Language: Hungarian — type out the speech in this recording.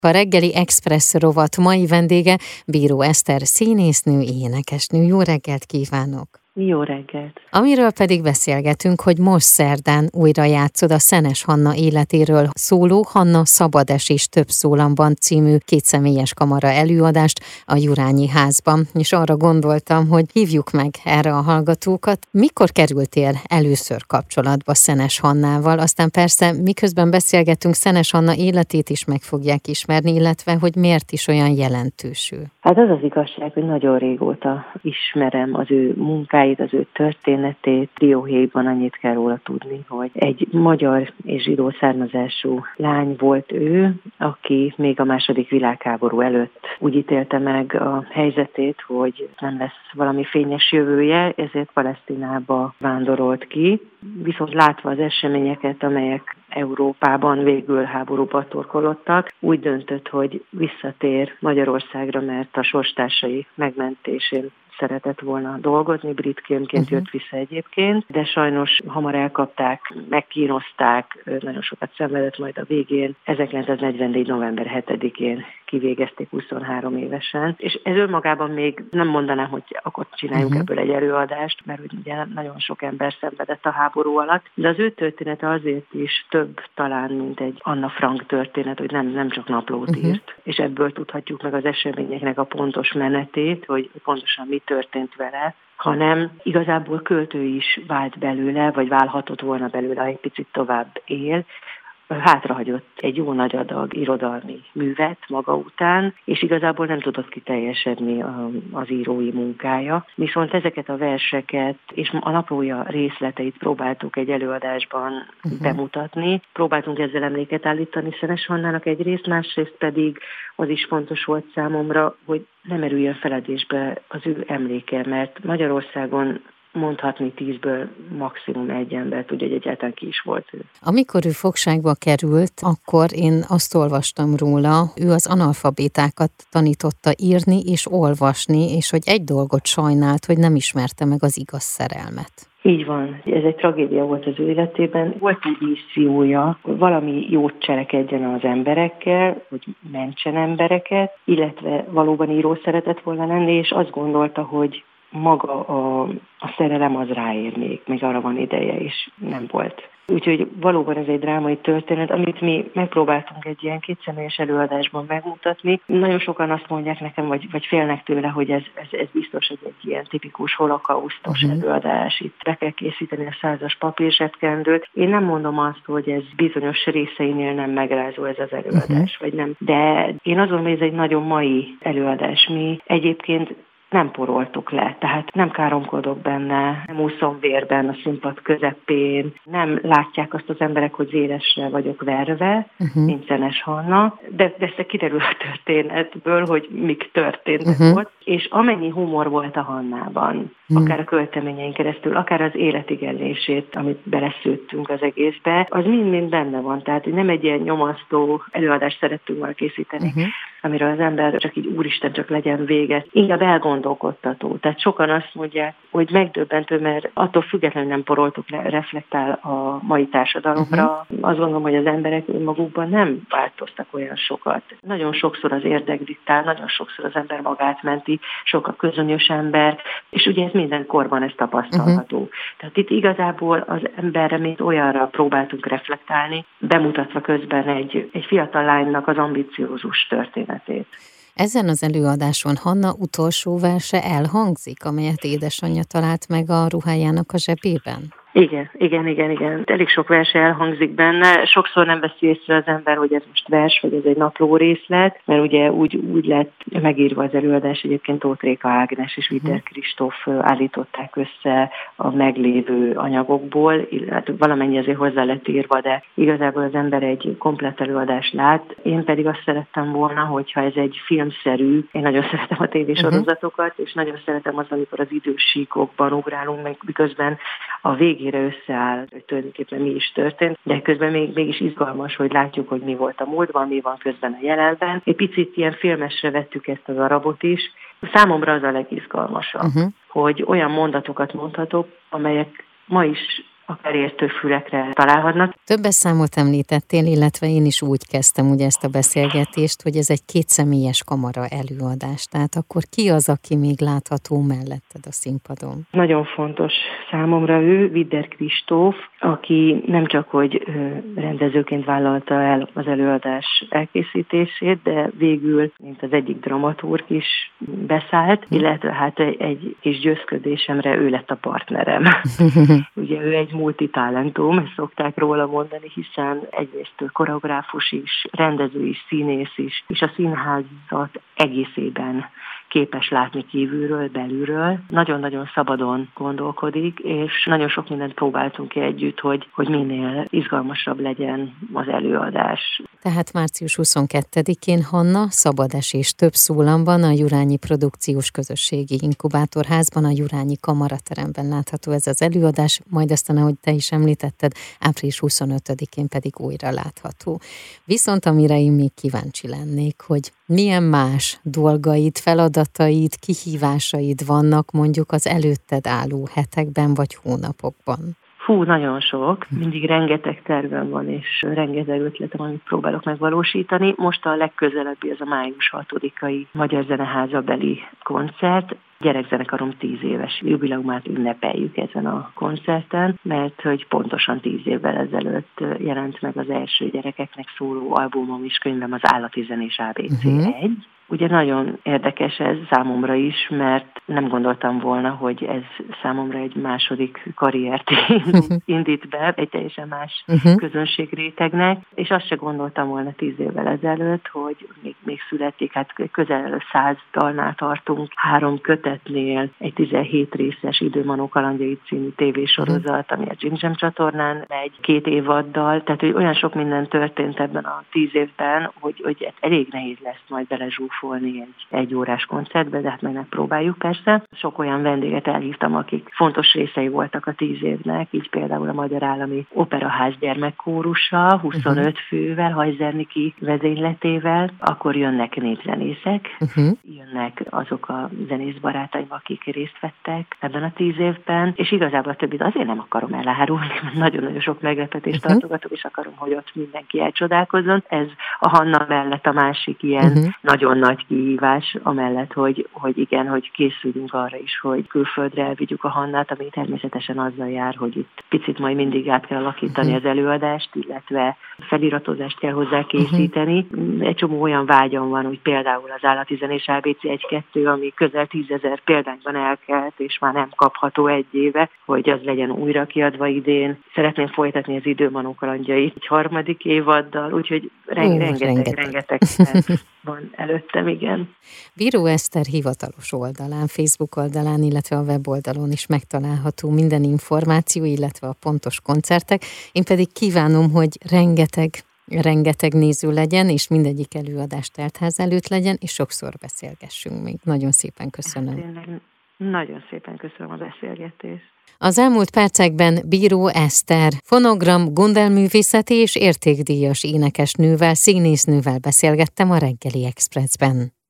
A reggeli Express rovat mai vendége Bíró Eszter színésznő, énekesnő. Jó reggelt kívánok! Jó reggelt! Amiről pedig beszélgetünk, hogy most szerdán újra játszod a Szenes Hanna életéről szóló Hanna Szabades és több szólamban című kétszemélyes kamara előadást a Jurányi Házban, és arra gondoltam, hogy hívjuk meg erre a hallgatókat. Mikor kerültél először kapcsolatba Szenes Hannával? Aztán persze, miközben beszélgetünk, Szenes Hanna életét is meg fogják ismerni, illetve hogy miért is olyan jelentős ő. Hát az az igazság, hogy nagyon régóta ismerem az ő munkáit, az ő történetét. Dióhéjban annyit kell róla tudni, hogy egy magyar és zsidó származású lány volt ő, aki még a II. Világháború előtt úgy ítélte meg a helyzetét, hogy nem lesz valami fényes jövője, ezért Palesztinába vándorolt ki. Viszont látva az eseményeket, amelyek Európában végül háborúba torkolottak, úgy döntött, hogy visszatér Magyarországra, mert a sorstársai megmentésén szeretett volna dolgozni, britként jött vissza egyébként, de sajnos hamar elkapták, megkínozták, nagyon sokat szenvedett, majd a végén 1944. november 7-én kivégezték 23 évesen, és ez önmagában még nem mondanám, hogy akkor csináljunk ebből egy előadást, mert ugye nagyon sok ember szenvedett a háború alatt, de az ő története azért is több talán, mint egy Anna Frank történet, hogy nem csak naplót írt, és ebből tudhatjuk meg az eseményeknek a pontos menetét, hogy pontosan mi történt vele, hanem igazából költő is vált belőle, vagy válhatott volna belőle, ha egy picit tovább él. Hátrahagyott egy jó nagy adag irodalmi művet maga után, és igazából nem tudott kiteljesedni az írói munkája. Viszont ezeket a verseket és a naplója részleteit próbáltuk egy előadásban bemutatni. Próbáltunk ezzel emléket állítani Szenes Hannának egyrészt, másrészt pedig az is fontos volt számomra, hogy nem erüljön feledésbe az ő emléke, mert Magyarországon mondhatni 10-ből maximum egy ember tudja, hogy egyáltalán ki is volt ő. Amikor ő fogságba került, akkor én azt olvastam róla, ő az analfabétákat tanította írni és olvasni, és hogy egy dolgot sajnált, hogy nem ismerte meg az igaz szerelmet. Így van. Ez egy tragédia volt az ő életében. Volt egy missziója, hogy valami jót cselekedjen az emberekkel, hogy mentsen embereket, illetve valóban író szeretett volna lenni, és azt gondolta, hogy maga a szerelem az ráér még arra van ideje, és nem volt. Úgyhogy valóban ez egy drámai történet, amit mi megpróbáltunk egy ilyen kétszemélyes előadásban megmutatni. Nagyon sokan azt mondják nekem, vagy félnek tőle, hogy ez biztos egy ilyen tipikus holokausztos előadás. Itt be kell készíteni a 100-as papírzsebkendőt. Én nem mondom azt, hogy ez bizonyos részeinél nem megrázó ez az előadás, vagy nem. De én azt gondolom, hogy ez egy nagyon mai előadás. Mi egyébként nem poroltuk le, tehát nem káromkodok benne, nem úszom vérben a színpad közepén, nem látják azt az emberek, hogy véresre vagyok verve, mint Szenes Hanna, de ezt kiderül a történetből, hogy mik történtek ott, és amennyi humor volt a Hannában, akár a költeményein keresztül, akár az életigenlését, amit beleszőttünk az egészbe, az mind-mind benne van, tehát nem egy ilyen nyomasztó előadást szerettünk volna készíteni, amiről az ember csak így úristen, csak legyen vége, inkább elgondolkodtató. Tehát sokan azt mondják, hogy megdöbbentő, mert attól függetlenül nem poroltuk le, reflektál a mai társadalomra. Azt gondolom, hogy az emberek önmagukban nem változtak olyan sokat. Nagyon sokszor az érdek diktál, nagyon sokszor az ember magát menti, sok a közönyös ember, és ugye ez minden korban ez tapasztalható. Tehát itt igazából az emberre, mint olyanra próbáltunk reflektálni, bemutatva közben egy fiatal lánynak az ambiciózus történetét. Ezen az előadáson Hanna utolsó verse elhangzik, amelyet édesanyja talált meg a ruhájának a zsebében? Igen. Elég sok vers elhangzik benne. Sokszor nem veszi észre az ember, hogy ez most vers, vagy ez egy napló részlet, mert ugye úgy lett megírva az előadás, egyébként Tóth Réka Ágnes és Viter Kristóf állították össze a meglévő anyagokból, illetve valamennyi azért hozzá lett írva, de igazából az ember egy komplett előadást lát. Én pedig azt szerettem volna, hogyha ez egy filmszerű, én nagyon szeretem a tévésorozatokat, és nagyon szeretem az, amikor az idősíkokban ugrálunk, meg miközben a végére összeáll, hogy tulajdonképpen mi is történt, de közben mégis izgalmas, hogy látjuk, hogy mi volt a múltban, mi van közben a jelenben. Egy picit ilyen filmesre vettük ezt a darabot is. Számomra az a legizgalmasabb, hogy olyan mondatokat mondhatok, amelyek ma is akár értő fülekre találhatnak. Többes számot említettél, illetve én is úgy kezdtem ugye ezt a beszélgetést, hogy ez egy kétszemélyes kamara előadás. Tehát akkor ki az, aki még látható melletted a színpadon? Nagyon fontos számomra ő, Widder Kristóf, aki nem csak hogy rendezőként vállalta el az előadás elkészítését, de végül, mint az egyik dramaturg is beszállt, illetve hát egy kis győzködésemre ő lett a partnerem. Ugye ő egy multitalentum, ezt szokták róla mondani, hiszen egyrészt koreográfus is, rendező is, színész is, és a színházat egészében képes látni kívülről, belülről. Nagyon-nagyon szabadon gondolkodik, és nagyon sok mindent próbáltunk ki együtt, hogy minél izgalmasabb legyen az előadás. Tehát március 22-én Hanna, szabadesés több szólamban, a Jurányi Produkciós Közösségi Inkubátorházban, a Jurányi Kamarateremben látható ez az előadás, majd aztán, ahogy te is említetted, április 25-én pedig újra látható. Viszont amire én még kíváncsi lennék, hogy milyen más dolgaid, feladataid, kihívásaid vannak mondjuk az előtted álló hetekben vagy hónapokban? Nagyon sok. Mindig rengeteg tervem van, és rengeteg ötletem, amit próbálok megvalósítani. Most a legközelebbi az a május 6-ai Magyar Zeneháza beli koncert. Gyerekzenekarom 10 éves jubileumát ünnepeljük ezen a koncerten, mert hogy pontosan 10 évvel ezelőtt jelent meg az első gyerekeknek szóló albumom és könyvem, az Állati Zenés ABC 1. Ugye nagyon érdekes ez számomra is, mert nem gondoltam volna, hogy ez számomra egy második karriert indít be, egy teljesen más közönségrétegnek, és azt se gondoltam volna 10 évvel ezelőtt, hogy még születik, hát közel 100 dalnál tartunk, 3 kötetnél, egy 17 részes Időmanó kalandjai című tévésorozat, ami a Jim Jam csatornán megy 2 évaddal, tehát hogy olyan sok minden történt ebben a 10 évben, hogy elég nehéz lesz majd belezsúfolni egy órás koncertbe, de hát meg megpróbáljuk persze. Sok olyan vendéget elhívtam, akik fontos részei voltak a 10 évnek, így például a Magyar Állami Operaház gyermekkórusa, 25 fővel, Hajzerniki vezényletével, akkor jönnek népzenészek, jönnek azok a zenészbarátaim, akik részt vettek ebben a 10 évben, és igazából a többit azért nem akarom elárulni, mert nagyon-nagyon sok meglepetést tartogatok, és akarom, hogy ott mindenki elcsodálkozzon. Ez a Hanna mellett a másik ilyen nagyon nagy kihívás, amellett, hogy igen, hogy készülünk arra is, hogy külföldre elvigyük a Hannát, ami természetesen azzal jár, hogy itt picit majd mindig át kell alakítani az előadást, illetve feliratozást kell hozzá készíteni. Egy csomó olyan vágyam van, hogy például az Állati Zenés ABC 1-2, ami közel 10 000 példányban elkelt, és már nem kapható 1 éve, hogy az legyen újra kiadva idén. Szeretném folytatni az Időmanó kalandjai egy 3. évaddal, úgyhogy rengeteg van előttem, igen. Bíró Eszter hivatalos oldalán, Facebook oldalán, illetve a weboldalon is megtalálható minden információ, illetve a pontos koncertek. Én pedig kívánom, hogy rengeteg néző legyen, és mindegyik előadás teltház előtt legyen, és sokszor beszélgessünk még. Nagyon szépen köszönöm. Tényleg, nagyon szépen köszönöm a beszélgetést. Az elmúlt percekben Bíró Eszter, fonogram, gondelművészeti és értékdíjas énekesnővel, színésznővel beszélgettem a Reggeli Expressben.